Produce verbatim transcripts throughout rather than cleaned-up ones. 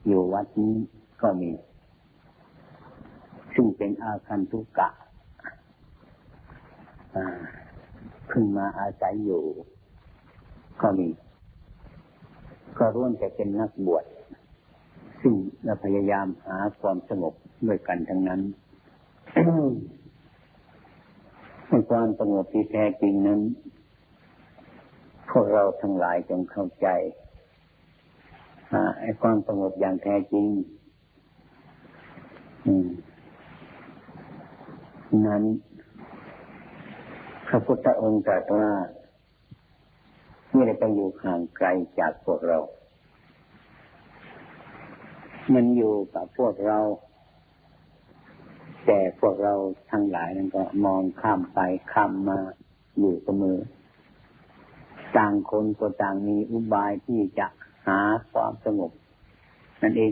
อยู่วัดนี้ก็มีซึ่งเป็นอาคันตุกะเพิ่งมาอาศัยอยู่ก็มีก็ร่วมแต่เป็นนักบวชซึ่งเราพยายามหาความสงบด้วยกันทั้งนั้น ในความสงบที่แท้จริงนั้นพวกเราทั้งหลายจงเข้าใจไอ้ความสงบอย่างแท้จริงนั้นพระพุทธองค์ตรัสว่าไม่ได้ไปอยู่ห่างไกลจากพวกเรามันอยู่กับพวกเราแต่พวกเราทั้งหลายนั้นก็มองข้ามไปข้ามมาอยู่เสมอต่างคนก็ต่างมีอุบายที่จะหาความสงบนั่นเอง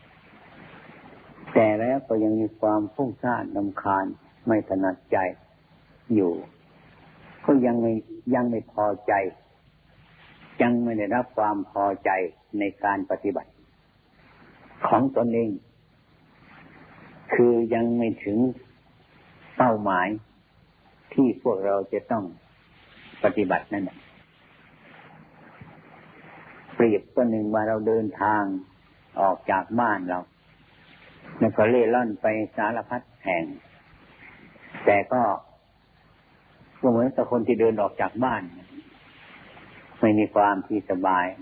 แต่แล้วก็ยังมีความฟุ้งซ่านรำคาญไม่ถนัดใจอยู่ก็ยังไม่ยังไม่พอใจยังไม่ได้รับความพอใจในการปฏิบัติของตนเองคือยังไม่ถึงเป้าหมายที่พวกเราจะต้องปฏิบัตินั่นแหละเปรียบตัวหนึ่งว่าเราเดินทางออกจากบ้านเราแล้วก็เล่ร่อนไปสารพัดแห่งแต่ก็เหมือนกับคนที่เดินออกจากบ้านไม่มีความที่สบาย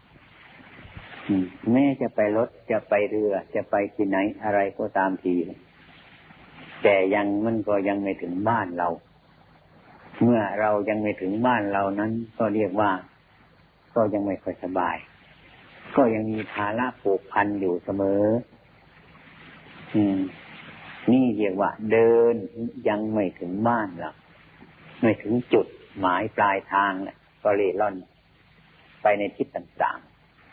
แม้จะไปรถจะไปเรือจะไปที่ไหนอะไรก็ตามทีแต่ยังมันก็ยังไม่ถึงบ้านเราเมื่อเรายังไม่ถึงบ้านเรานั้นก็เรียกว่าก็ยังไม่ค่อยสบายก็ยังมีภาระผูกพันอยู่เสมออืมนี่เรียกว่าเดินยังไม่ถึงบ้านเราไม่ถึงจุดหมายปลายทางเนี่ยก็เล่ร่อนไปในทิศต่าง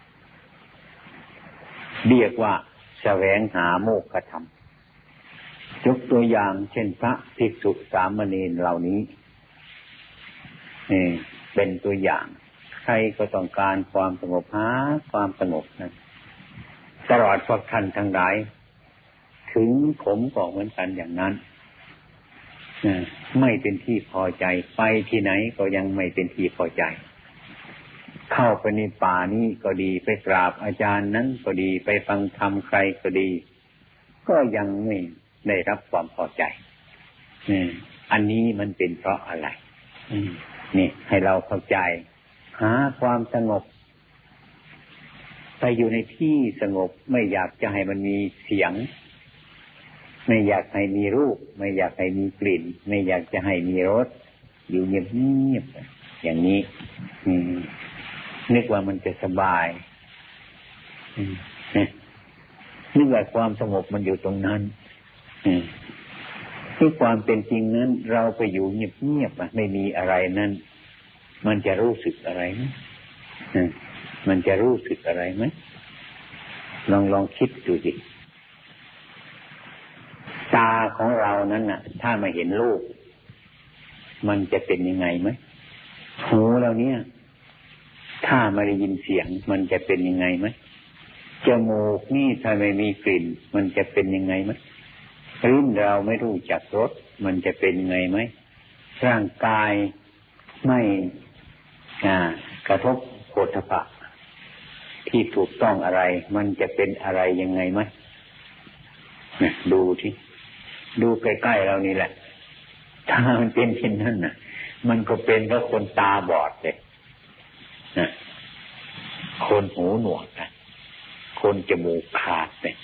ๆเรียกว่าแสวงหาโมกขธรรมยกตัวอย่างเช่นพระภิกษุสามเณรเหล่านี้นี่เป็นตัวอย่างใครก็ต้องการความสงบหาความสงบนั้นตลอดพวกท่านทั้งหลายถึงผมก็เหมือนกันอย่างนั้นไม่เป็นที่พอใจไปที่ไหนก็ยังไม่เป็นที่พอใจเข้าไปในป่านี้ก็ดีไปกราบอาจารย์นั้นก็ดีไปฟังธรรมใครก็ดีก็ยังไม่ได้รับความพอใจอันนี้มันเป็นเพราะอะไรนี่ให้เราเข้าใจหาความสงบไปอยู่ในที่สงบไม่อยากจะให้มันมีเสียงไม่อยากให้มีรูปไม่อยากให้มีกลิ่นไม่อยากจะให้มีรสอยู่เงียบๆอย่างนี้นึกว่ามันจะสบายนึกว่าความสงบมันอยู่ตรงนั้นที่ความเป็นจริงนั้นเราไปอยู่เงียบๆไม่มีอะไรนั้นมันจะรู้สึกอะไรไหมมันจะรู้สึกอะไรไหมลองลองคิดดูดิตาของเรานั้นน่ะถ้าไม่เห็นรูปมันจะเป็นยังไงไหมหูเราเนี่ยถ้าไม่ได้ยินเสียงมันจะเป็นยังไงไหมจมูกนี่ถ้าไม่มีกลิ่นมันจะเป็นยังไงไหมลิ้นเราไม่รู้จักรสมันจะเป็นยังไงไหมร่างกายไม่กระทบโผฏฐัพพะที่ถูกต้องอะไรมันจะเป็นอะไรยังไงไหมดูที่ดูใกล้ๆเรานี่แหละถ้ามันเป็นเช่นนั้นน่ะมันก็เป็นก็คนตาบอดเลยนะคนหูหนวกนะคนจมูกขาดเนี่ย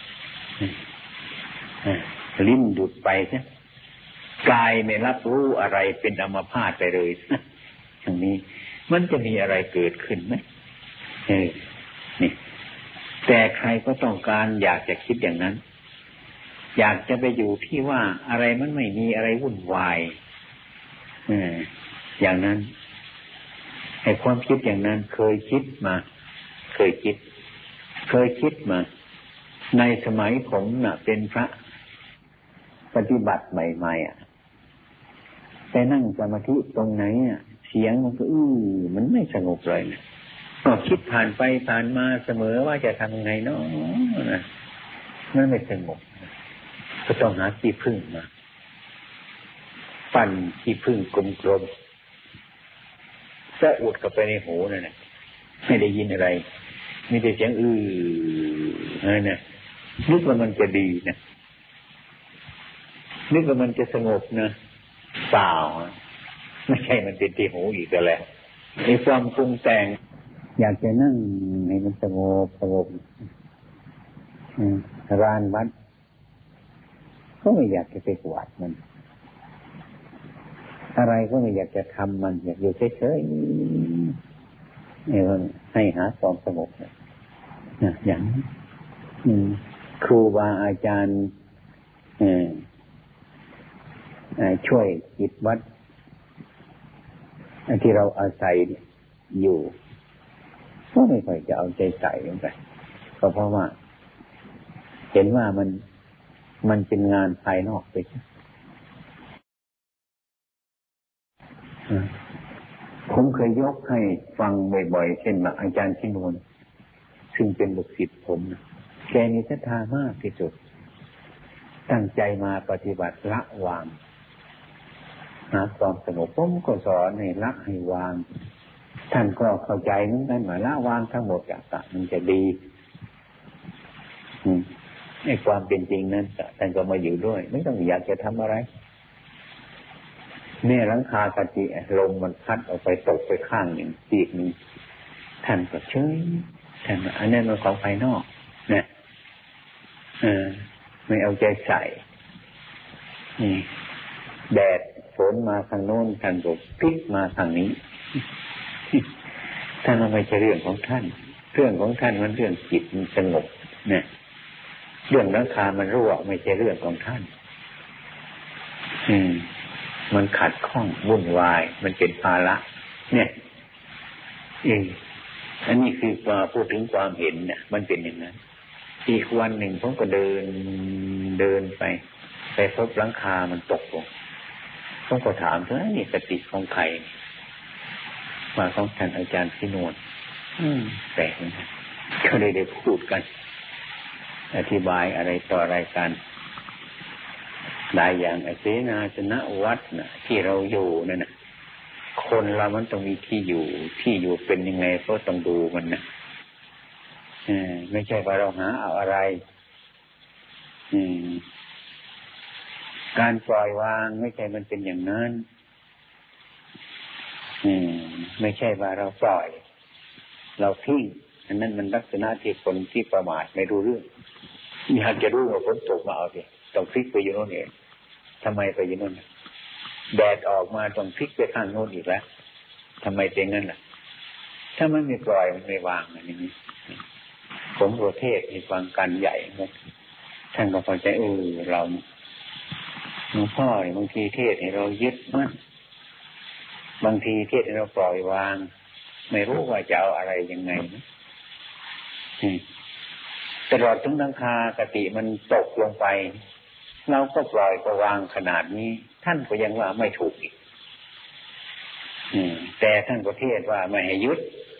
ลิ้นดุดไปใช่กายไม่รับรู้อะไรเป็นอัมพาตไปเลยอย่างนี้มันจะมีอะไรเกิดขึ้นไหมเออนี่แต่ใครก็ต้องการอยากจะคิดอย่างนั้นอยากจะไปอยู่ที่ว่าอะไรมันไม่มีอะไรวุ่นวายเอออย่างนั้นไอ้ความคิดอย่างนั้นเคยคิดมาเคยคิดเคยคิดมาในสมัยผมน่ะเป็นพระปฏิบัติใหม่ๆอ่ะไปนั่งสมาธิตรงไหนอ่ะเสียงมันก็อื้อมันไม่สงบเลยนะก็คิดผ่านไปผ่านมาเสมอว่าจะทำยังไงเนาะนะมันไม่สงบก็ต้องหาที่พึ่งมาปั่นที่พึ่งกลมๆจะอุดเข้าไปในหูนั่นแหละไม่ได้ยินอะไรมีแต่เสียงอื้อนั่นน่ะนึกว่ามันจะดีนะนึกว่ามันจะสงบนะเปล่าไม่ใช่มันเป็นที่หูอีกแล้วในความปรุงแต่งอยากจะนั่งให้มันสงบสงบรานวัดก็ไม่อยากจะไปกวาดมันอะไรก็ไม่อยากจะทำมันอยากอยู่เฉยๆเนี่ยให้หาความสงบนะอย่างครูบาอาจารย์ช่วยจิตวัดที่เราอาศัยอยู่ก็ไม่ค่อยจะเอาใจใส่ลงไปก็เพราะว่าเห็นว่ามันมันเป็นงานภายนอกไปผมเคยยกให้ฟังบ่อยๆเช่นว่าอาจารย์ชินวนซึ่งเป็นลูกศิษย์ผมแกมีศรัทธามากที่สุดตั้งใจมาปฏิบัติละวางหาความสงบผมก็สอนให้ละให้วางท่านก็เข้าใจเหมือนกันว่าละวางทั้งหมดอะมันจะดีในความเป็นจริงนั้นท่านก็มาอยู่ด้วยไม่ต้องอยากจะทำอะไรเนี่ยหลังคากะจิลมมันพัดออกไปตกไปข้างหนึ่งปีกหนึ่งท่านก็เฉยท่านอันนั้นมันของภายนอกเนี่ยเออไม่เอาใจใส่นี่แดดฝนมาทางโน้นท่านก็พลิกมาทางนี้ท่านไม่ใช่เรื่องของท่านเรื่องของท่านมันเรื่องจิตมันสงบเนี่ยเรื่องหลังคามันรั่วไม่ใช่เรื่องของท่านอืมมันขัดข้องวุ่นวายมันเป็นภาระเนี่ยเองอันนี้คือพอพูดถึงความเห็นเนี่ยมันเป็นอย่างนั้นอีกวันหนึ่งผมก็เดินเดินไปไปพบหลังคามันตกลงผมก็ถามเธอนี่สติของใครมาของท่านอาจารย์พิโนนแปลกนะก็เลยได้พูดกันอธิบายอะไรต่ออะไรกันหลายอย่างไอ้เสนาสนะวัดน่ะที่เราอยู่นั่นน่ะคนเรามันต้องมีที่อยู่ที่อยู่เป็นยังไงก็ต้องดูมันนะเออไม่ใช่ว่าเราหาเอาอะไรอืมการปล่อยวางไม่ใช่มันเป็นอย่างนั้นอืมไม่ใช่ว่าเราปล่อยเราทิ้งอันนั้นมันลักษณะที่คนที่ประมาทไม่รู้เรื่องอยากจะรู้ว่าฝนตกมาเอาสิต้องพลิกไปอยู่โน่นเองทำไมไปอยู่โน่นแดดออกมาต้องพลิกไปข้างโน้นอีกแล้วทำไมเป็นงั้นล่ะถ้ามันไม่ปล่อยมันไม่วางอันนี้ผมประเทศมีฟังกันใหญ่นะท่านก็พอใจเออเราหลวงพ่อบางทีเทศให้เรายึดมั่นบางทีเทศให้เราปล่อยวางไม่รู้ว่าจะเอาอะไรยังไงนะตลอดถึงหลังคากติมันตกลงไปเราก็ปล่อยก็วางขนาดนี้ท่านก็ยังว่าไม่ถูกอีกแต่ท่านก็เทศว่าไม่ให้ยึด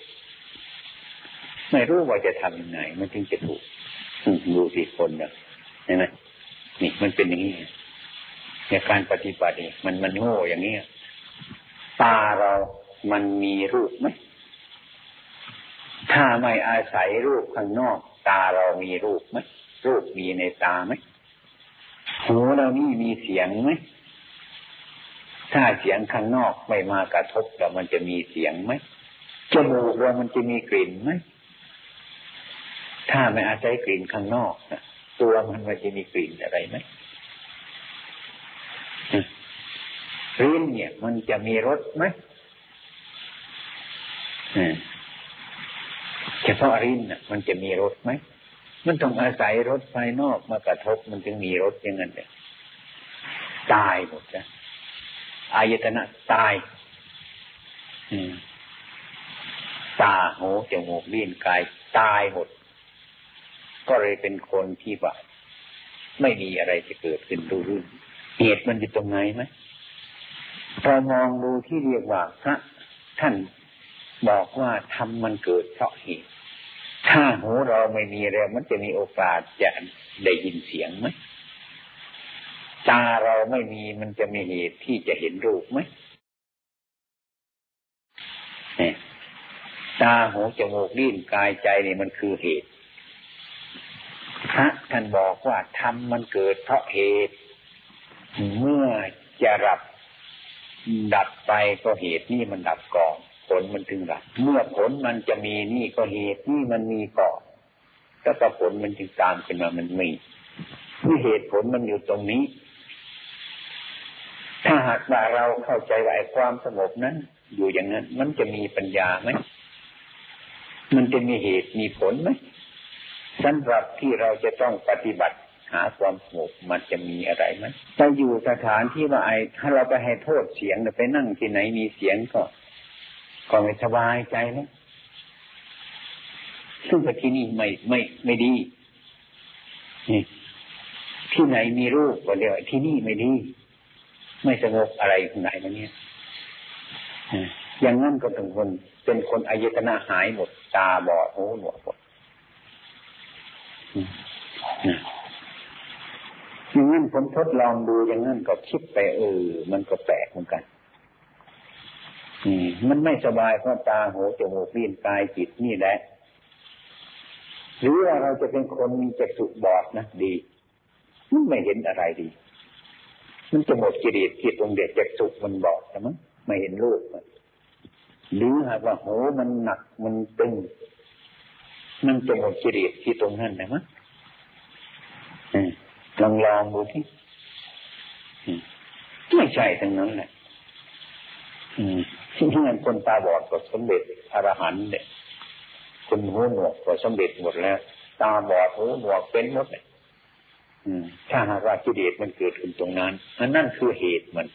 ไม่รู้ว่าจะทำยังไงมันถึงจะถูกดูสิคนนะเห็นไหมนี่มันเป็นอย่างนี้ในการปฏิบัติมันมันโง่อย่างนี้ตาเรามันมีรูปไหมถ้าไม่อาศัยรูปข้างนอกตาเรามีรูปไหมรูปมีในตาไหมหูเรานี่มีเสียงไหมถ้าเสียงข้างนอกไม่มากระทบแล้วมันจะมีเสียงไหมจมูกเรามันจะมีกลิ่นไหมถ้าไม่อาศัยกลิ่นข้างนอกนะตัวมันมันจะมีกลิ่นอะไรไหมลิ้นเนี่ยมันจะมีรสไหมเฉพาะลิ้นน่ะมันจะมีรสไหมมันต้องอาศัยรสภายนอกมากระทบมันจึงมีรสอย่างนั้นเลยตายหมดนะอายตนะตายตาหูจมูกลิ้นกายตายหมดก็เลยเป็นคนที่ว่าไม่มีอะไรจะเกิดขึ้นดูเรื่องเหตุมันอยู่ตรงไหนไหมพอมองดูที่เรียกว่าพระท่านบอกว่าธรรมมันเกิดเพราะเหตุถ้าหูเราไม่มีแล้วมันจะมีโอกาสจะได้ยินเสียงไหมตาเราไม่มีมันจะมีเหตุที่จะเห็นรูปไหมตาหูจมูกลิ้นกายใจนี่มันคือเหตุพระท่านบอกว่าธรรมมันเกิดเพราะเหตุเมื่อจะดับดับไปก็เหตุนี่มันดับก่อนผลมันถึงดับเมื่อผลมันจะมีนี่ก็เหตุนี่มันมีก่อนแล้วก็ผลมันจึงตามขึ้นมามันมีที่เหตุผลมันอยู่ตรงนี้ถ้าหากว่าเราเข้าใจว่าความสงบนั้นอยู่อย่างนั้นมันจะมีปัญญาไหมมันจะมีเหตุมีผลไหมสำหรับที่เราจะต้องปฏิบัติหาความสงบมันจะมีอะไรไหมไปอยู่สถานที่ว่าไอ้ถ้าเราไปให้โทษเสียงไปนั่งที่ไหนมีเสียงก็ก็ไม่สบายใจนะซึ่งที่นี่ไม่ไม่ไม่ดีนี่ที่ไหนมีรูปก็เรียกว่าที่นี่ไม่ดีไม่สงบอะไรที่ไหนมาเนี่ยอย่างนั้นก็ต้องคนเป็นคนอายตนะหายหมดตาบอดหูหนวกหมดอย่างนั้นผมทดลองดูอย่างนั้นก็คิดไปเออมันก็แปลกเหมือนกันมันไม่สบายเพราะตาหูจมูกลิ้นกายจิตนี่แหละหรือว่าเราจะเป็นคนมีจักษุบอดนะดีมันไม่เห็นอะไรดีมันจะหมดกิเลสที่ตรงเด็กจักษุมันบอดใช่ไหมไม่เห็นรูปหรือหากว่าหูมันหนักมันตึงมันจะหมดกิเลสที่ตรงนั้นนะมั้งลองลองดูที่ไม่ใช่ทั้งนั้นแหละที่นั่นคนตาบอดก็สำเร็จอรหันต์เนี่ยคนหูหนวกก็สำเร็จหมดแล้วตาบอดหูหนวกเป็นหมดเลยถ้าหากว่ากิเลสมันเกิดขึ้นตรงนั้นนั่นคือเหตุมัน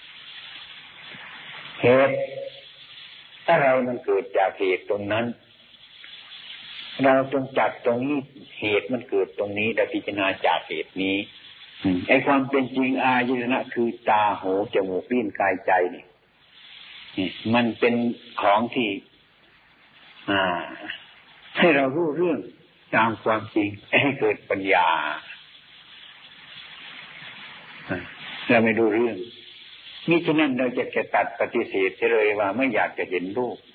เหตุอะไรมันเกิดจากเหตุตรงนั้นเราจงจัดตรงนี้เหตุมันเกิดตรงนี้และพิจารณาจากเหตุนี้ไอ้ความเป็นจริงอายตนะคือตาหูจมูกลิ้นกายใจนี่มันเป็นของที่อ่าให้เรารู้เรื่องตามความจริงให้เกิดปัญญาเราไม่ดูเรื่องมิฉะนั้นเราจะจะตัดปฏิเสธเลยว่าไม่อยากจะเห็นรูป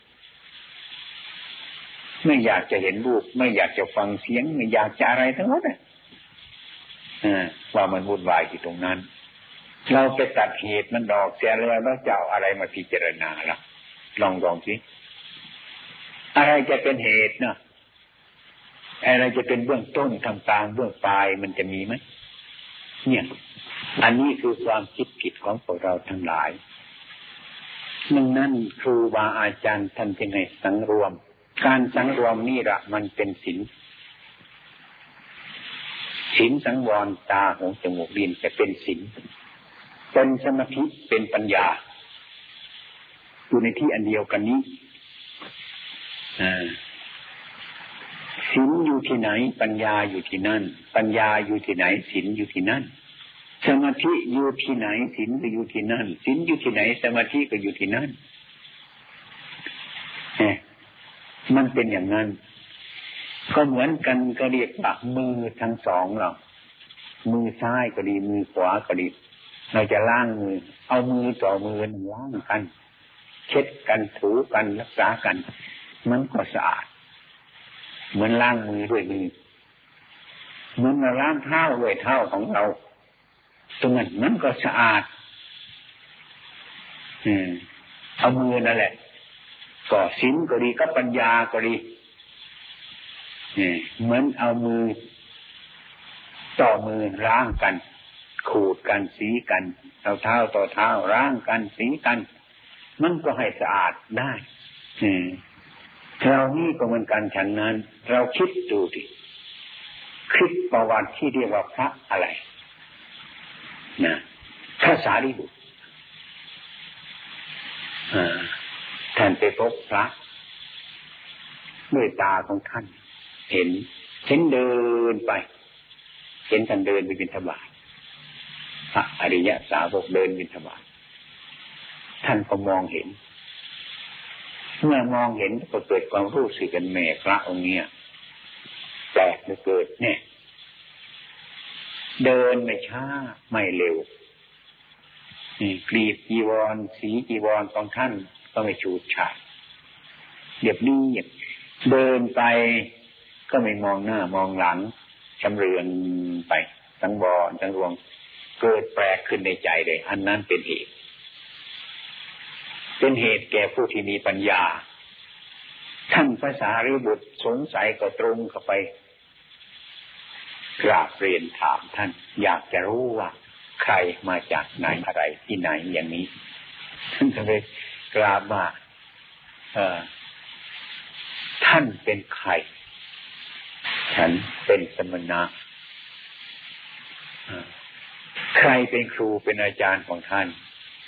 ไม่อยากจะเห็นรูปไม่อยากจะฟังเสียงไม่อยากจะอะไรทั้งนั้นอ่าว่ามันวุ่นวายที่ตรงนั้นเราไปตัดเหตุมันดอกเสียแล้วแล้วจะเอาอะไรมาพิจารณาล่ะลองลองสิอะไรจะเป็นเหตุเนาะอะไรจะเป็นเบื้องต้นทางกลางเบื้องปลายมันจะมีไหมเนี่ยอันนี้คือความคิดผิดของพวกเราทั้งหลายดังนั้นครูบาอาจารย์ท่านจึงให้สังรวมการสังรวมนี่ละมันเป็นศีลศีลสังวรตาหูจมูกลิ้นจะเป็นศีลเป็นสมาธิเป็นปัญญาอยู่ในที่อันเดียวกันนี้ศีลอยู่ที่ไหนปัญญาอยู่ที่นั่นปัญญาอยู่ที่ไหนศีลอยู่ที่นั่นสมาธิอยู่ที่ไหนศีลก็อยู่ที่นั่นศีลอยู่ที่ไหนสมาธิก็อยู่ที่นั่นมันเป็นอย่างนั้นก็เหมือนกันก็เรียกว่ามือทั้งสองเรามือซ้ายก็ดีมือขวาก็ดีเราจะล้างมือเอามือต่อมือล้างกันเช็ดกันถูกันรักษากันมันก็สะอาดเหมือนล้างมือด้วยมือเหมือนเราล้างเท้าด้วยเท้าของเราตรงนั้นมันก็สะอาดอืมเอามือนั่นแหละก็ศีลก็ดีก็ปัญญาก็ดีนี่เหมือนเอามือต่อมือล้างกันขูดกันสีกันเอาเท้าต่อเท้าล้างกันสีกันมันก็ให้สะอาดได้อืมเรานี่ก็เหมือนกันฉันนั้นเราคิดดูดิคิดประวัติที่เรียกว่าพระอะไรนะพระสารีบุตรอ่าท่านไปพบพระด้วยตาของท่านเห็นเห็นเดินไปเห็นท่านเดินไปบิณฑบาตพระอริยสาวกเดินบิณฑบาตท่านก็มองเห็นเมื่อมองเห็นก็เกิดความรู้สึกกันแม่พระองค์เนี้ยแปลกเลยเกิดเนี่ยเดินไม่ช้าไม่เร็วนี่กรีบจีวรสีจีวรของท่านก็ไม่ฉูดฉาดเรียบเรียบเดินไปก็ไม่มองหน้ามองหลังชำเรืองไปทั้งบอนทั้งรวงเกิดแปลกขึ้นในใจเลยอันนั้นเป็นเหตุเป็นเหตุแก่ผู้ที่มีปัญญาท่านพระสารีบุตรสงสัยก็ตรงเข้าไปกราบเรียนถามท่านอยากจะรู้ว่าใครมาจากไหนอะไรที่ไหนอย่างนี้ท่านก็เลยกราบว่าเอ่อท่านเป็นใครฉันเป็นสมณะใครเป็นครูเป็นอาจารย์ของท่าน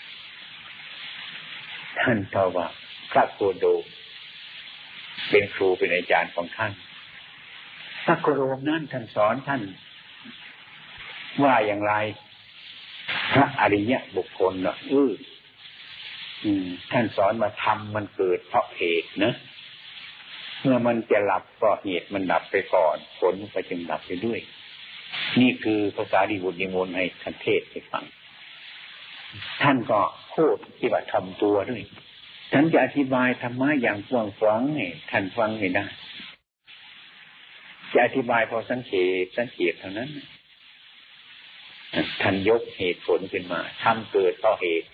ท่านตอบว่าพระโคโดมเป็นครูเป็นอาจารย์ของท่านพระโคโดมนั้นท่านสอนท่านว่าอย่างไรพระอริยบุคคลน่ะเออท่านสอนมาธรรมมันเกิดเพราะเหตุนะเมื่อมันจะหลับก็เหตุมันดับไปก่อนผลก็จึงดับไปด้วยนี่คือภาษาดิบุตรนิมนต์ให้ท่านเทศให้ฟังท่านก็พูดที่ว่าทำตัวด้วยท่านจะอธิบายธรรมะอย่างกว้างขวางเนี่ยท่านฟังไม่ได้จะอธิบายพอสังเขปสังเขปเท่านั้นท่านยกเหตุผลขึ้นมาทำเกิดเพราะเหตุ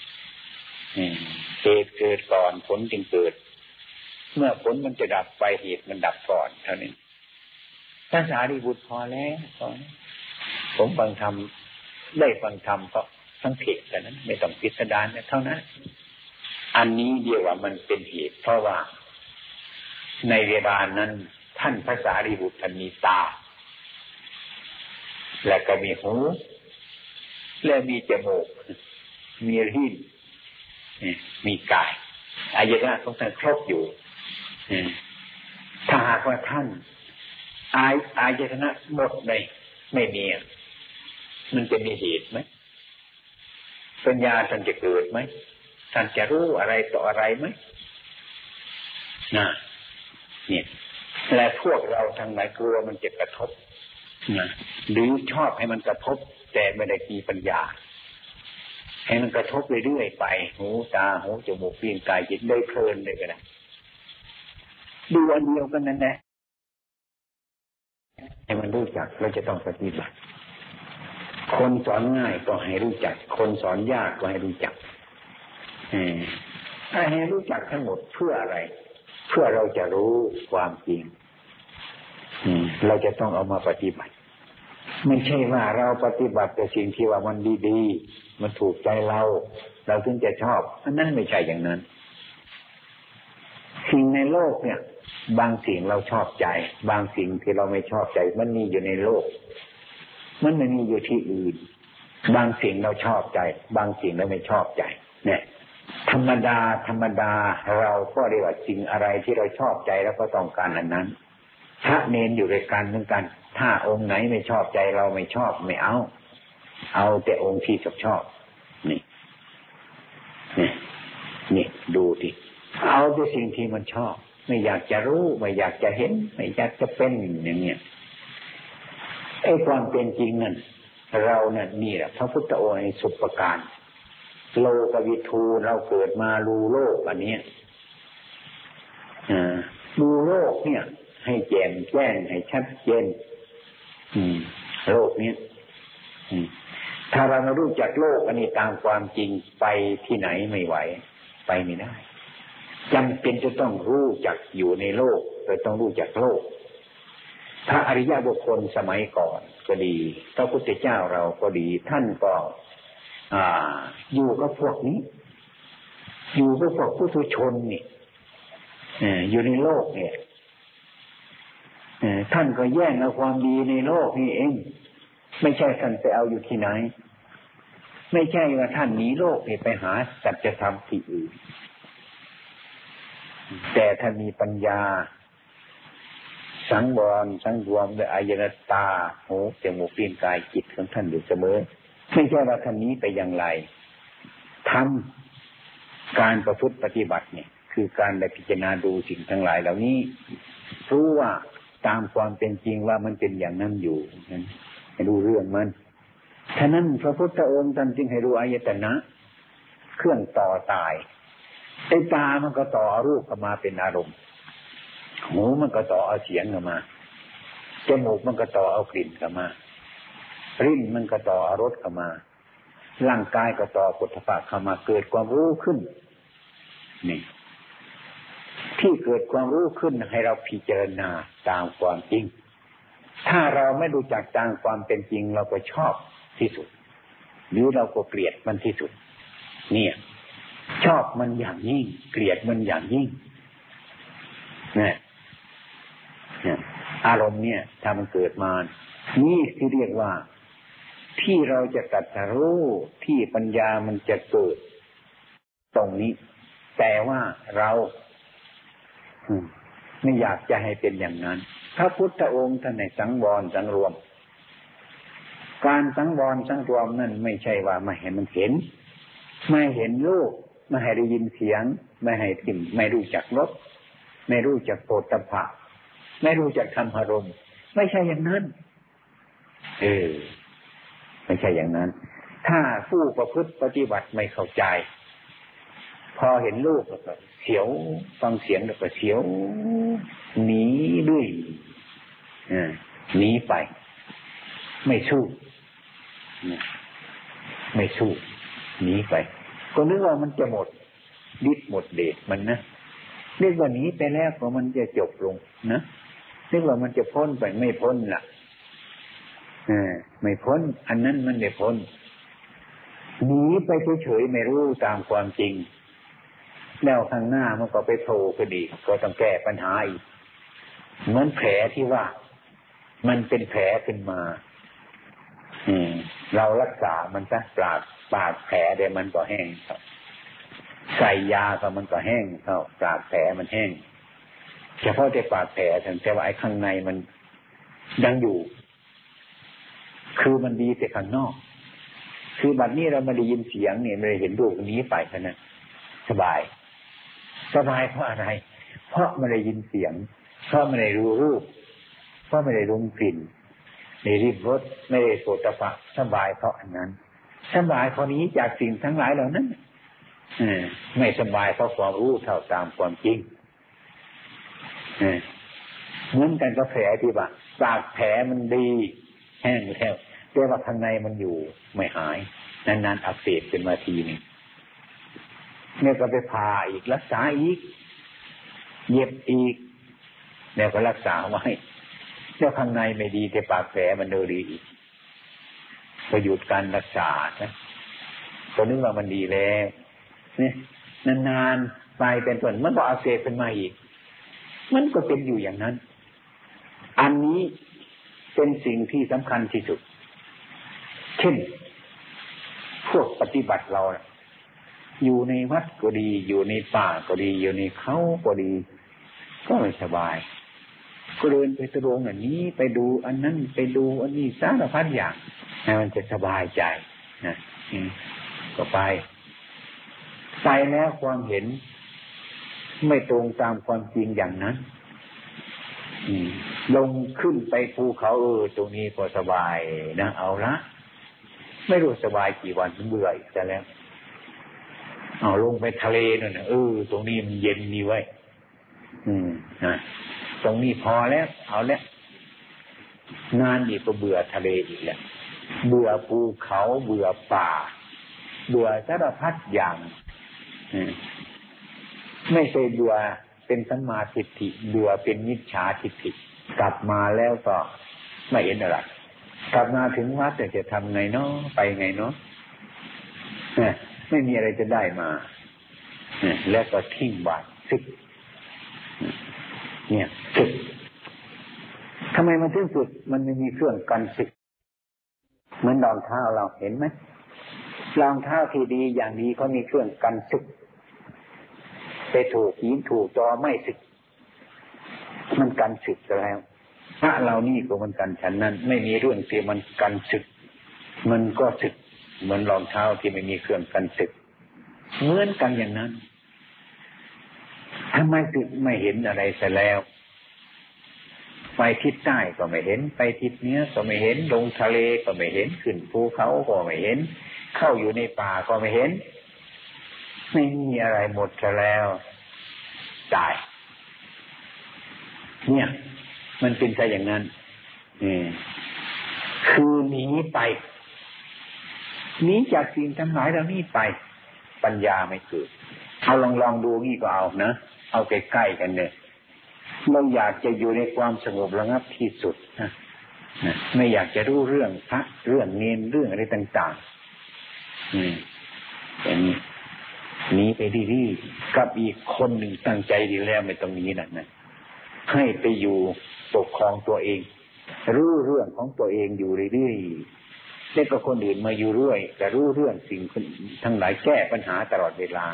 เหตุเกิดก่อนผลจึงเกิดเมื่อผลมันจะดับไปเหตุมันดับก่อนเท่านี้ภาษาดิบุตรพอแล้วพอผมฟังธรรมได้ฟังธรรมก็สังเขปแต่นั้นไม่ต้องพิสดารเท่านั้นอันนี้เดียวว่ามันเป็นเหตุเพราะว่าในเวลานั้นท่านภาษาดิบุตรท่านมีตาและก็มีหูและมีจมูกมีลิ้นมีกายอายตนะของท่านครบอยู่ถ้าหากว่าท่านอายอายตนะหมดเลยไม่มีมันจะมีเหตุไหมปัญญาท่านจะเกิดไหมท่านจะรู้อะไรต่ออะไรไหมนะเนี่ยและพวกเราทั้งหลายกลัวมันจะกระทบนะหรือชอบให้มันกระทบแต่ไม่ได้มีปัญญาให้มันกระทบเรื่อยๆไปหูตาหูจมูกลิ้นกายจิตได้เพลินเลยก็ได้ดูอันเดียวกันนั่นแหละให้มันรู้จักเราจะต้องปฏิบัติคนสอนง่ายก็ให้รู้จักคนสอนยากก็ให้รู้จักให้รู้จักทั้งหมดเพื่ออะไรเพื่อเราจะรู้ความจริงเราจะต้องเอามาปฏิบัติไม่ใช่ว่าเราปฏิบัติแต่สิ่งที่ว่ามันดีๆมันถูกใจเราเราถึงจะชอบอันนั้นไม่ใช่อย่างนั้นสิ่งในโลกเนี่ยบางสิ่งเราชอบใจบางสิ่งที่เราไม่ชอบใจมันมีอยู่ในโลกมันไม่มีอยู่ที่อื่นบางสิ่งเราชอบใจบางสิ่งเราไม่ชอบใจเนี่ยธรรมดาธรรมดาเราก็เรียกว่าสิ่งอะไรที่เราชอบใจแล้วก็ต้องการอันนั้นพระเนรอยู่ด้วยกันเหมือนกันถ้าองค์ไหนไม่ชอบใจเราไม่ชอบไม่เอาเอาแต่องค์ที่ชอบชอบนี่นี่นี่ดูดิเอาแต่สิ่งที่มันชอบไม่อยากจะรู้ไม่อยากจะเห็นไม่อยากจะเป็นอย่างเงี้ยไอ้ความเป็นจริงนั่นเรานั่นนี่แหละพระพุทธองค์ในสุปการโลกวิทูเราเกิดมารู้โลกอันนี้อ่ารู้โลกเนี่ยให้แจ่มแจ้งให้ชัดเจนอืมโลกนี้อืมถ้าเราไม่รู้จักโลกอันนี้ตามความจริงไปที่ไหนไม่ไหวไปไม่ได้จำเป็นจะต้องรู้จักอยู่ในโลกโดยต้องรู้จักโลกพระอริยบุคคลสมัยก่อนก็ดีพระพุทธเจ้าเราก็ดีท่านก็อ่าอยู่กับพวกนี้อยู่กับพวกผู้ทุชนนี่อยู่ในโลกเนี่ยท่านก็แย่งเอาความดีในโลกนี่เองไม่ใช่ท่านไปเอาอยู่ที่ไหนไม่ใช่ว่าท่านหนีโลกไปหาสัจธรรมที่อื่นแต่ท่านมีปัญญาสังวรสังรวมด้วยอายตนะตาหูจมูกลิ้นกายจิตของท่านอยู่เสมอไม่ใช่ว่าท่านนี้ไปอย่างไรทำการประพฤติปฏิบัติเนี่ยคคือการได้พิจารณาดูสิ่งทั้งหลายเหล่านี้รู้ว่าตามความเป็นจริงว่ามันเป็นอย่างนั้นอยู่นั้นให้รู้เรื่องมันฉะนั้นพระพุทธองค์ท่านจึงให้รู้อายตนะเครื่องต่อตายไอ้ตามันก็ต่อรูปเข้ามาเป็นอารมณ์หูมันก็ต่อเอาเสียงเข้ามาจมูกมันก็ต่อเอากลิ่นเข้ามาลิ้นมันก็ต่อเอารสเข้ามาร่างกายก็ต่อโผฏฐัพพะเข้ามาเกิดความรู้ขึ้นนี่ที่เกิดความรู้ขึ้นให้เราพิจารณาตามความจริงถ้าเราไม่รู้จักตามความเป็นจริงเราก็ชอบที่สุดหรือเราก็เกลียดมันที่สุดเนี่ยชอบมันอย่างยิ่งเกลียดมันอย่างยิ่งเนี่ยอารมณ์เนี่ยถ้ามันเกิดมานี่ที่เรียกว่าที่เราจะตรัสรู้ที่ปัญญามันจะเกิดตรงนี้แต่ว่าเราไม่อยากจะให้เป็นอย่างนั้นพระพุทธองค์ท่านให้สังวรสังรวมการสังวรสังรวมนั่นไม่ใช่ว่าไม่ให้มันเห็นไม่เห็นรูปไม่ให้ได้ยินเสียงไม่ให้กลิ่นไม่รู้จักรสไม่รู้จักโผฏฐัพพะไม่รู้จักธรรมอารมณ์ไม่ใช่อย่างนั้นเออไม่ใช่อย่างนั้นถ้าผู้ประพฤติปฏิบัติไม่เข้าใจพอเห็นรูปแล้วก็เสียวฟังเสียงแล้วก็เสียวหนีด้วยอ่าหนีไปไม่สู้ไม่สู้หนีไปก็นึกว่ามันจะหมดฤทธิ์หมดเดชมันนะเรียกว่าหนีไปแล้วก็มันจะจบลงนะเรียกว่ามันจะพ้นไปไม่พ้นล่ะเออไม่พ้นอันนั้นมันไม่พ้นหนีไปเฉยๆไม่รู้ตามความจริงแล้วข้างหน้ามันก็ไปโผล่พอดีก็ต้องแก้ปัญหาอีกเหมือนแผลที่ว่ามันเป็นแผลขึ้นมาอืมเรารักษามันซะปราดปาดแผลเดี๋ยวมันก็แห้งครับใส่ยาก็มันก็แห้งเข้าปราดแผลมันแห้งเฉพาะแต่ปาดแผลแต่ว่าไอ้ข้างในมันยังอยู่คือมันดีแต่ข้างนอกคือบัดนี้เราไม่ได้ยินเสียงเนี่ยไม่ได้เห็นรูปนี้ไปเท่านั้นสบายสบายเพราะอะไรเพราะไม่ได้ยินเสียงเพราะไม่ได้รู้รูปเพราะไม่ได้รู้กลิ่นไม่ได้ริมรสไม่ได้โผฏฐัพพะสบายเพราะอันนั้นสบายเพราะนี้จากสิ่งทั้งหลายเหล่านั้นไม่สบายเพราะความรู้เท่าตามความจริงเหมือนกันกับแผลที่ว่าปากแผลมันดีแห้งแล้วแต่ว่าข้างในมันอยู่ไม่หายนานๆอักเสบเป็นมาทีนึงเนี่ยก็ไปผ่าอีกรักษาอีกเย็บอีกเนี่ยก็รักษาไว้แล้วข้างในไม่ดีแต่ปากแผลมันดูดีอีกก็หยุดการรักษานะก็นึกว่ามันดีแล้วเนี่ยนานๆไปเป็นต้นมันก็อักเสบเป็นมาอีกมันก็เป็นอยู่อย่างนั้นอันนี้เป็นสิ่งที่สำคัญที่สุดเช่นพวกปฏิบัติเราอยู่ในวัดก็ดีอยู่ในป่าก็ดีอยู่ในเขาก็ดีก็ไม่สบายก็เดินไปตรงอันนี้ไปดูอันนั้นไปดูอันนี้สารพัดอย่างให้มันจะสบายใจนะก็ไปไปแล้วความเห็นไม่ตรงตามความจริงอย่างนั้นลงขึ้นไปภูเขาเออตรงนี้ก็สบายนะเอาละไม่รู้สบายกี่วันเบื่ออีกแล้วเอาลงไปทะเลนั่นนะเออตรงนี้มันเย็นนี่ไว้อืมนะตรงนี้พอแล้วเอาแล้วนานอีกก็เบื่อทะเลอีกแล้วเบื่อภูเขาเบื่อป่าเบื่อสารพัดอย่างไม่เคยเบื่อเป็นสัมมาทิฏฐิเบื่อเป็นมิจฉาทิฏฐิกลับมาแล้วก็ไม่เห็นอะไรกลับมาถึงวัดจะทำไงเนาะไปไงเนาะไม่มีอะไรจะได้มาแล้วก็ทิ้งบาตรสึกเนี่ยสึกทำไมมันถึงสึกมันไม่มีเครื่องกันสึกเหมือนรองเท้าเราเห็นไหมรองเท้าที่ดีอย่างดีเขามีเครื่องกันสึกไปถูกหินถูกจอไม่สึกมันกันสึกแล้วพระเรานี่ก็มันกันฉันนั้นไม่มีเรื่องที่มันกันสึกมันก็สึกเหมือนรองเท้าที่ไม่มีเครื่องกันสึกเหมือนกันอย่างนั้นทำไมถึงไม่เห็นอะไรซะแล้วไปทิศใต้ก็ไม่เห็นไปทิศเหนือก็ไม่เห็นลงทะเลก็ไม่เห็นขึ้นภูเขาก็ไม่เห็นเข้าอยู่ในป่าก็ไม่เห็นไม่มีอะไรหมดซะแล้วตายเนี่ยมันเป็นซะอย่างนั้นอืมคือหนีไปหนีจากสิ่งทั้งหลายเหล่านี้ไปปัญญาไม่เกิดเอาลองลองดูนี่ก็เอานะเอาใกล้ๆกันเนี่ยเราอยากจะอยู่ในความสงบระงับที่สุดนะไม่อยากจะรู้เรื่องพระเรื่องเนรเรื่องอะไรต่างๆอืมอย่างนี้หนีไปดีๆกับอีกคนหนึ่งตั้งใจดีแล้วไม่ต้องหนีนั่นนะให้ไปอยู่ปกครองตัวเองรู้เรื่องของตัวเองอยู่เรื่อยๆแล้วก็คนอื่นมาอยู่เรื่อยแต่รู้เรื่องสิ่งทั้งหลายแก้ปัญหาตลอดเวลา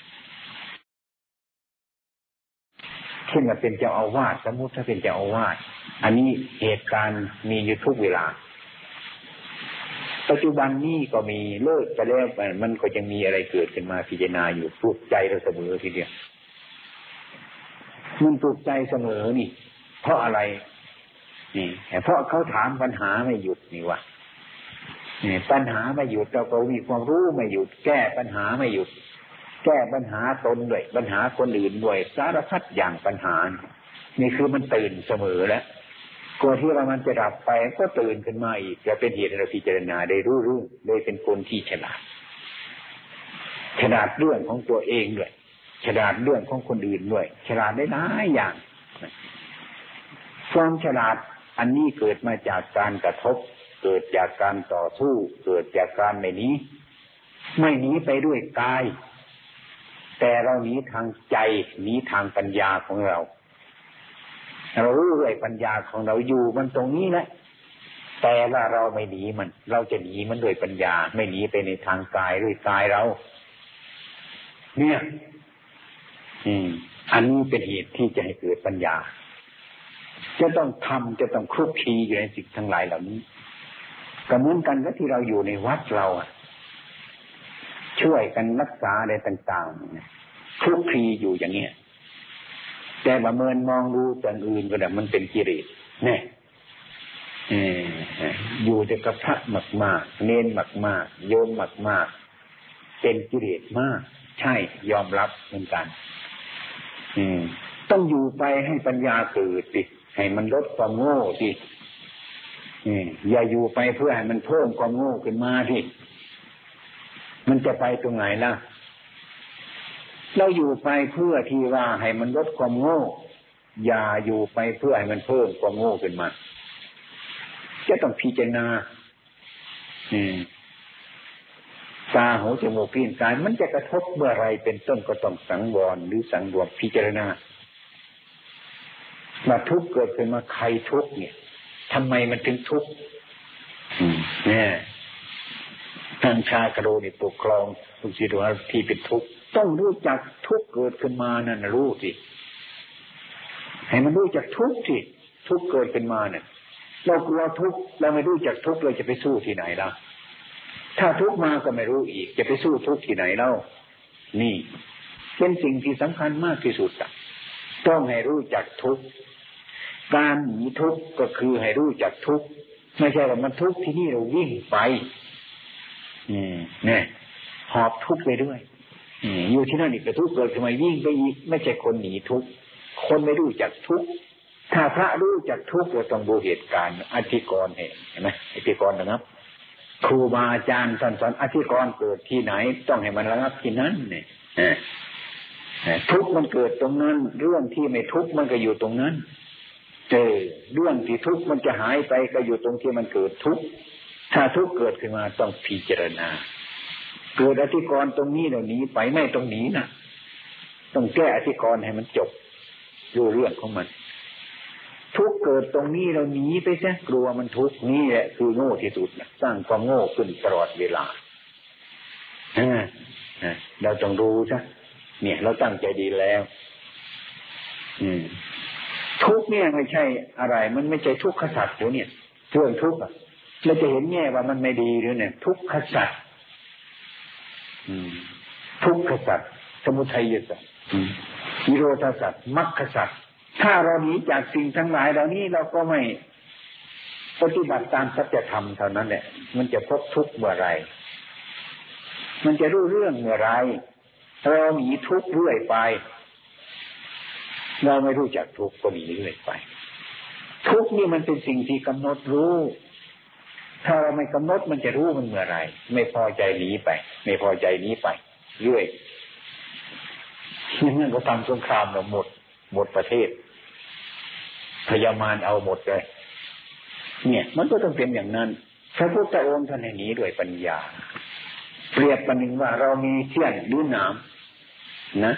เช่นว่าเป็นเจ้าอาวาสสมมุติถ้าเป็นเจ้าอาวาสอันนี้เหตุการณ์มีอยู่ทุกเวลาปัจจุบันนี้ก็มีเลิกไปแล้วมันก็ยังมีอะไรเกิดขึ้นมาพิจารณาอยู่ปลุกใจเราเสมอทีเดียวมันปลุกใจเสมอนี่เพราะอะไรนี่เพราะเขาถามปัญหาไม่หยุดนี่วะนี่ปัญหาไม่หยุดเราก็มีความรู้ไม่หยุดแก้ปัญหาไม่หยุดแก้ปัญหาตนด้วยปัญหาคนอื่นด้วยสารพัดอย่างปัญหานี่คือมันตื่นเสมอแล้วกลัวที่ว่ามันจะดับไปก็ตื่นขึ้นมาอีกจะเป็นเหตุให้เราพิจารณาได้รู้เรื่องได้เป็นคนที่ฉลาดฉลาดเรื่องของตัวเองด้วยฉลาดเรื่องของคนอื่นด้วยฉลาดได้หลายอย่างความฉลาดอันนี้เกิดมาจากการกระทบเกิดจากการต่อสู้เกิดจากการไม่หนีไม่หนีไปด้วยกายแต่เราหนีทางใจหนีทางปัญญาของเราเรารู้ด้วยปัญญาของเราอยู่มันตรงนี้แหละแต่ว่าเราไม่หนีมันเราจะหนีมันด้วยปัญญาไม่หนีไปในทางกายด้วยกายเราเนี่ยอืมอันนี้เป็นเหตุที่จะให้เกิดปัญญาจะต้องทำจะต้องคลุกคลีอยู่ในสิ่งทั้งหลายเหล่านี้ก็เหมือนกันกับที่เราอยู่ในวัดเราอ่ะช่วยกันรักษาอะไรต่างๆคลุกคลีอยู่อย่างเนี้ยแต่ประเมินมองดูอย่างอื่นก็แบบมันเป็นกิเลสเนี่ยอยู่แต่กับพระมากๆเน้นมากๆโยมมากๆเป็นกิเลสมากใช่ยอมรับเหมือนกันต้องอยู่ไปให้ปัญญาเกิดสิให้มันลดความโง่สิอย่าอยู่ไปเพื่อให้มันเพิ่มความโง่ขึ้นมาที่มันจะไปตรงไหนล่ะเราอยู่ไปเพื่อที่ว่าให้มันลดความโง่อย่าอยู่ไปเพื่อให้มันเพิ่มความโง่ขึ้นมาจะต้องพิจารณาตาหูจมูกลิ้นกายมันจะกระทบเมื่อไรเป็นต้นก็ต้องสังวรหรือสังรวมพิจารณาว่าทุกข์เกิดขึ้นมาใครทุกข์เนี่ยทำไมมันถึงทุกข์เนี่ยท่านชากระโดดปกครองทุกสิ่งทุกอย่างที่เป็นทุกข์ต้องรู้จักทุกข์เกิดขึ้นมานั่นรู้สิให้มันรู้จักทุกข์สิทุกข์เกิดขึ้นมาเนี่ยเรากลัวทุกข์เราไม่รู้จักทุกข์เราจะไปสู้ที่ไหนล่ะถ้าทุกข์มาก็ไม่รู้อีกจะไปสู้ทุกข์ที่ไหนเล่านี่เป็นสิ่งที่สำคัญมากที่สุดต้องให้รู้จักทุกข์การหนีทุกข์ก็คือให้รู้จักทุกข์ไม่ใช่ว่ามันทุกข์ที่นี่เราวิ่งไปนี่เนี่ยหอบทุกข์ไปด้วยอยู่ที่นั่นอีกแต่ทุกข์เกิดทำไมวิ่งไปอีกไม่ใช่คนหนีทุกข์คนไม่รู้จักทุกข์ถ้าพระรู้จักทุกข์เราต้องดูเหตุการณ์อธิกรณ์เห็นไหมอธิกรณ์นะครับครูบาอาจารย์สอนสอนอธิกรณ์เกิดที่ไหนต้องให้มันระงับที่นั้นเนี่ยทุกข์มันเกิดตรงนั้นเรื่องที่ไม่ทุกข์มันก็อยู่ตรงนั้นเจอเรื่องที่ทุกข์มันจะหายไปก็อยู่ตรงที่มันเกิดทุกข์ถ้าทุกข์เกิดขึ้นมาต้องพิจารณาเกิดอธิกรณ์ตรงนี้เราหนีไปไม่ตรงนี้นะต้องแก้อธิกรณ์ให้มันจบดูเรื่องของมันทุกข์เกิดตรงนี้เราหนีไปซะกลัวมันทุกข์นี่แหละคือโง่ที่สุดนะสร้างความโง่ขึ้นตลอดเวลาเราต้องรู้ซะเนี่ยเราตั้งใจดีแล้วทุกข์เนี่ยไม่ใช่อะไรมันไม่ใช่ทุกขสัตว์เดี๋ยวเนี่ยเรื่องทุกข์อ่ะเราจะเห็นแง่ว่ามันไม่ดีหรือเนี่ยทุกขสัตว์ทุกขสัตว์สมุทัยสัตว์นิโรธสัจมรรคสัจถ้าเราหนีจากสิ่งทั้งหลายเหล่านี้เราก็ไม่ปฏิบัติตามสัจธรรมเท่านั้นแหละมันจะพบทุกข์เมื่อไรมันจะรู้เรื่องเมื่อไรเราหนีทุกข์เรื่อยไปเราไม่รู้จักทุกข์ก็หนีเรื่อยไปทุกข์นี่มันเป็นสิ่งที่กำหนดรู้ถ้าเราไม่กำหนดมันจะรู้มันเมื่อไรไม่พอใจหนีไปไม่พอใจหนีไปเรื่อยนั่นก็ทำสงครามเราหมดหมดประเทศพยามารเอาหมดเลยเนี่ยมันก็ต้องเป็นอย่างนั้นพระพุทธองค์ท่านให้หนีด้วยปัญญาเปรียบประหนึ่งว่าเรามีเสี้ยนหรือหนามนะ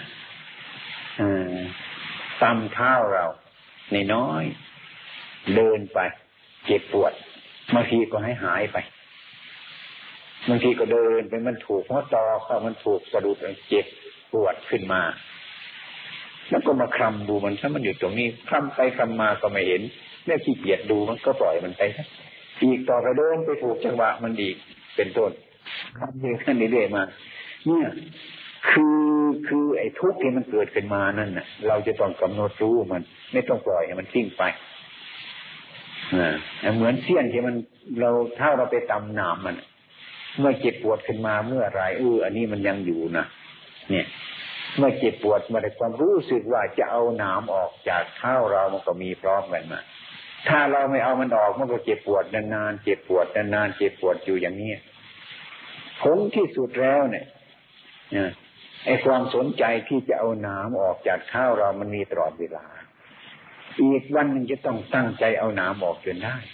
ตำเท้าเราในน้อยเดินไปเจ็บปวดบางทีก็ให้หายไปบางทีก็เดินไปมันถูกหัวตอเข้ามันถูกสะดุดเจ็บปวดขึ้นมาแล้วก็มาคลำดูมันถ้ามันอยู่ตรงนี้คลำไปคลำมาก็ไม่เห็นแม่ขี้เกียจดูมันก็ปล่อยมันไปอีกต่อไปเดินไปถูกจังหวะมันอีกเป็นต้นคำเดียวกันนี้เรื่อยมาเนี่ยคือคือไอ้ทุกข์ที่มันเกิดขึ้นมานั่นน่ะเราจะต้องกำหนดรู้มันไม่ต้องปล่อยให้มันทิ้งไปอ่าเหมือนเสี้ยนที่มันเราถ้าเราไปตำหนามมันเมื่อเจ็บปวดขึ้นมาเมื่อไรเอออันนี้มันยังอยู่นะเนี่ยเมื่อเจ็บปวดมาได้ความรู้สึกว่าจะเอาหนามออกจากเท้าเรามันก็มีพร้อมกันมาถ้าเราไม่เอามันออกมันก็เจ็บปวดนานๆเจ็บปวดนานๆเจ็บปวดอยู่อย่างนี้ผลที่สุดแล้วเนี่ยไอ้ความสนใจที่จะเอาหนามออกจากเท้าเรามันมีตลอดเวลาอีกวันหนึ่งจะต้องตั้งใจเอาหนามออกจนได้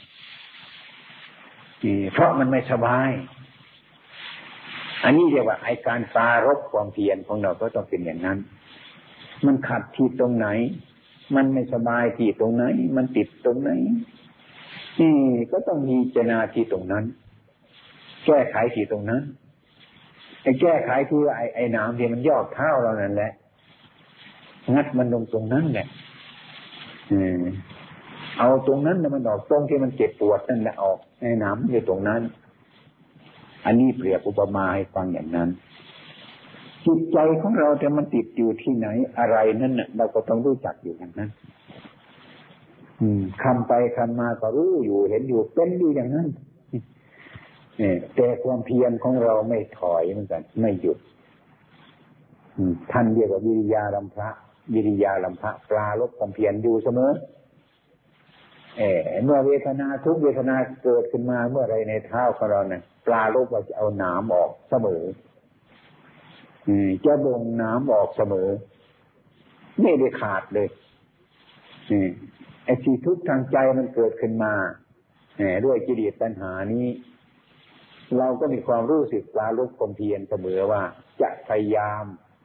เพราะมันไม่สบายอันนี้เรียกว่าไอ้การปรารภความเพียรของเราก็ต้องเป็นอย่างนั้นมันขัดที่ตรงไหนมันไม่สบายที่ตรงไหนมันติดตรงไหนนี่ก็ต้องมีเจตนาที่ตรงนั้นแก้ไขที่ตรงนั้นไอ้แก้ไขคือไอ้ไอ้หนามที่มันยอกเท้าเรานั่นแหละงัดมันลงตรงนั้นแหละเอาตรงนั้นแล้วมันออกตรงที่มันเจ็บปวดนั่นแหละออกไอ้หนามอยู่ตรงนั้นอันนี้เปรียบอุปมาให้ฟังอย่างนั้นจิตใจของเราแต่มันติดอยู่ที่ไหนอะไรนั่นน่ะเราก็ต้องรู้จักอยู่อย่างนั้นอืมคำไปคำมาก็รู้อยู่เห็นอยู่เป็นอยู่อย่างนั้นเนี่ยแต่ความเพียรของเราไม่ถอยเหมือนกันไม่หยุดท่านเรียกว่าวิริยาลัมภะวิริยาลัมภะปลาลบความเพียรอยู่เสมอเออเมื่อเวทนาทุกเวทนาเกิดขึ้นมาเมื่อไรในเท้าของเราเนี่ยปลาลบว่าจะเอาหนามออกเสมอจะบ่งน้ำออกเสมอไม่ได้ขาดเลยไอ้ที่ทุกข์ทางใจมันเกิดขึ้นมาด้วยกิเลสตัณหานี้เราก็มีความรู้สึกปราลบความเพียรเสมอว่าจะพยายาม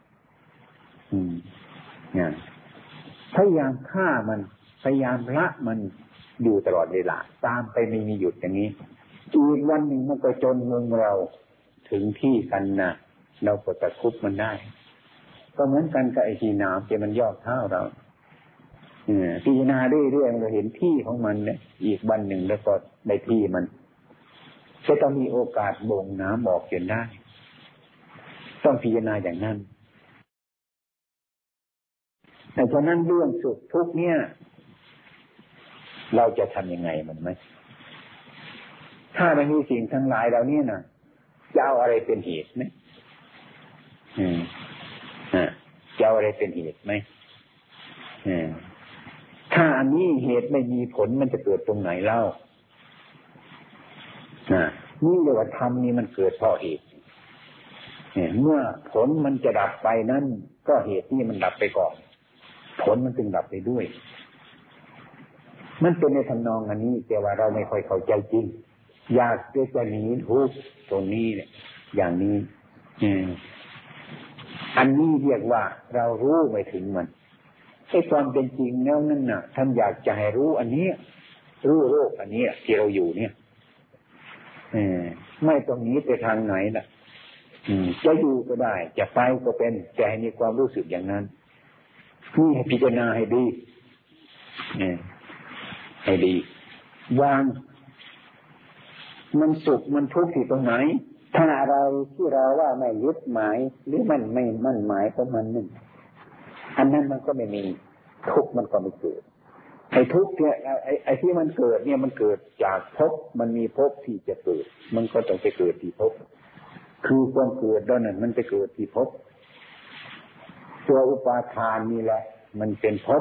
พยายามฆ่ามันพยายามละมันอยู่ตลอดเวลาตามไปไม่มีหยุดอย่างนี้อีกวันหนึ่งมันก็จนมุมเราถึงที่กันนะเราก็ตะคุบมันได้ก็เหมือนกันกับไอ้ที่หนามที่มันย่อเท้าเราพิจารณาเรื่อยๆเราเห็นที่ของมันเนี่ยอีกวันหนึ่งแล้วก็ได้ที่มันจะต้องมีโอกาสบ่งน้ำออกจนได้ต้องพิจารณาอย่างนั้นแต่ฉะนั้นเรื่องสุขทุกข์เนี่ยเราจะทำยังไงมันไหมถ้าไม่มีสิ่งทั้งหลายเหล่านี้น่ะจะเอาอะไรเป็นเหตุไหมอืมอ่าจะเอาอะไรเป็นเหตุไหมอืมถ้าอันนี้เหตุไม่มีผลมันจะเกิดตรงไหนเล่าอ่านี่เรียกว่าธรรมนี่มันเกิดเพราะเหตุเมื่อผลมันจะดับไปนั้นก็เหตุนี่มันดับไปก่อนผลมันจึงดับไปด้วยมันเป็นในทำนองอันนี้แต่ว่าเราไม่ค่อยเข้าใจจริงอยากจะหนีทุกข์ตรงนี้เนี่ยอย่างนี้อืมอันนี้เรียกว่าเรารู้ไม่ถึงมันไอ้ความเป็นจริงแล้วนั่นน่ะท่านอยากจะให้รู้อันนี้รู้โลกอันนี้ที่เราอยู่เนี่ยเออไม่ตรงนี้ไปทางไหนน่ะอืมจะอยู่ก็ได้จะไปก็เป็นแต่ให้มีความรู้สึกอย่างนั้นนี่ให้พิจารณาให้ดีเออให้ดีวางมันสุขมันทุกข์ที่ตรงไหนถ้าเราที่เราว่าไม่ยึดหมายหรือมันไม่มั่นหมายของมันนั่นอันนั้นมันก็ไม่มีทุกข์มันก็ไม่เกิดไอ้ทุกข์เนี่ยไอ้ไอ้ที่มันเกิดเนี่ยมันเกิดจากภพมันมีภพที่จะเกิดมันก็ต้องไปเกิดที่ภพคือความเกิดด้านนั้นมันไปเกิดที่ภพตัวอุปาทานนี่แหละมันเป็นภพ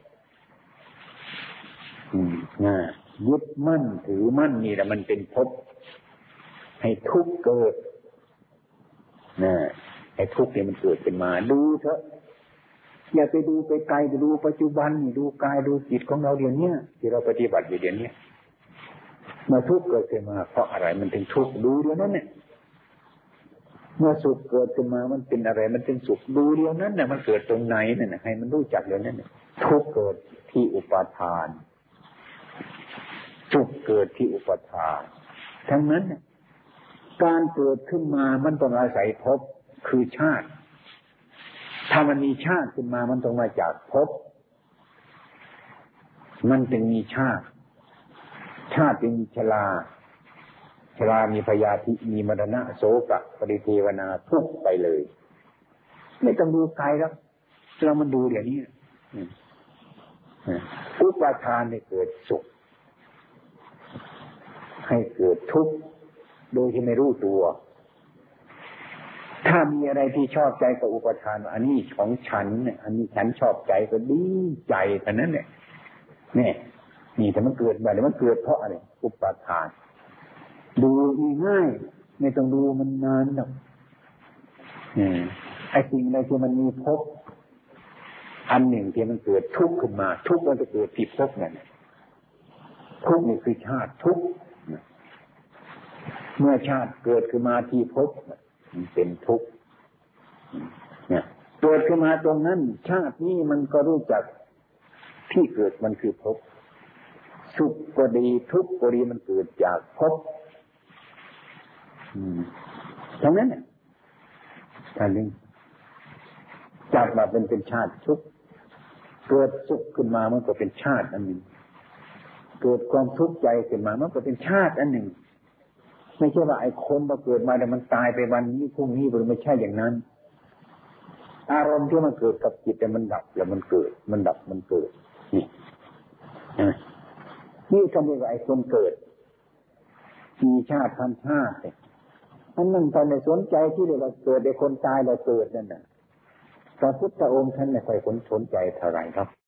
อืมนะยึดมั่นถือมั่นนี่แหละมันเป็นภพให้ทุกข์เกิดนะไอ้ทุกข์เนี่ยมันเกิดขึ้นมาดูเถอะอย่าไปดูไปไกลไปดูปัจจุบันนี่ดูกายดูจิตของเราเดี๋ยวนี้ที่เราปฏิบัติอยู่เดี๋ยวนี้เมื่อทุกข์เกิดขึ้นมาเพราะอะไรมันถึงทุกข์ดูเดี๋ยวนั้นเนี่ยเมื่อสุขเกิดขึ้นมามันเป็นอะไรมันเป็นสุขดูเดี๋ยวนั้นเนี่ยมันเกิดตรงไหนเนี่ยให้มันรู้จักเดี๋ยวนั้นเนี่ยทุกข์เกิดที่อุปาทานสุขเกิดที่อุปาทานทั้งนั้นเนี่ยการเกิดขึ้นมามันต้องอาศัยภพคือชาติถ้ามันมีชาติขึ้นมามันต้องมาจากภพมันจึงมีชาติชาติจึงมีชราชรามีพยาธิมีมรณะโศกะปริเทวนาทุกข์ไปเลยไม่ต้องดูไกลแล้วเรามันดูเดี๋ยวนี้อุปาทานให้เกิดสุขให้เกิดทุกข์โดยที่ไม่รู้ตัวถ้ามีอะไรที่ชอบใจกับอุปทานอันนี้ของฉันเนี่ยอันนี้ฉันชอบใจก็ดีใจแต่นั้นเนี่ยเนี่ยนี่แต่มันเกิดมาแต่มันเกิดเพราะอะไรอุปทานดูง่ายไม่ต้องดูมันนานหรอกไอ้สิ่งอะไรที่มันมีภพอันหนึ่งที่มันเกิดทุกข์ขึ้นมาทุกข์มันจะเกิดที่ภพนั่นทุกข์นี่คือชาติทุกข์เมื่อชาติเกิดขึ้นมาที่ภพมันเป็นทุกข์เนี่ยเกิดขึ้นมาตรงนั้นชาตินี้มันก็รู้จักที่เกิดมันคือภพสุขก็ดีทุกข์ก็ดีมันเกิดจากภพทั้งนั้นเนี่ยท่านนึงจับมาเป็นเป็นชาติทุกข์เกิดสุขขึ้นมามันก็เป็นชาติอันหนึ่งเกิดความทุกข์ใจขึ้นมามันก็เป็นชาติอันหนึ่งไม่ใช่ว่าไอ้คนมาเกิดมาแต่มันตายไปวันนี้พรุ่งนี้มันไม่ใช่อย่างนั้นอารมณ์ที่มันเกิดกับจิตแต่มันดับแล้วมันเกิดมันดับมันเกิดนี่นี่ท่านเรียกว่าไอ้คนเกิดมีชาติพันชาติอันนั้นท่านไม่สนใจที่เรียกว่าเกิดไอ้คนตายแล้วเกิดนั่นน่ะพระพุทธองค์ท่านไม่ค่อยสนใจเท่าไหร่ครับ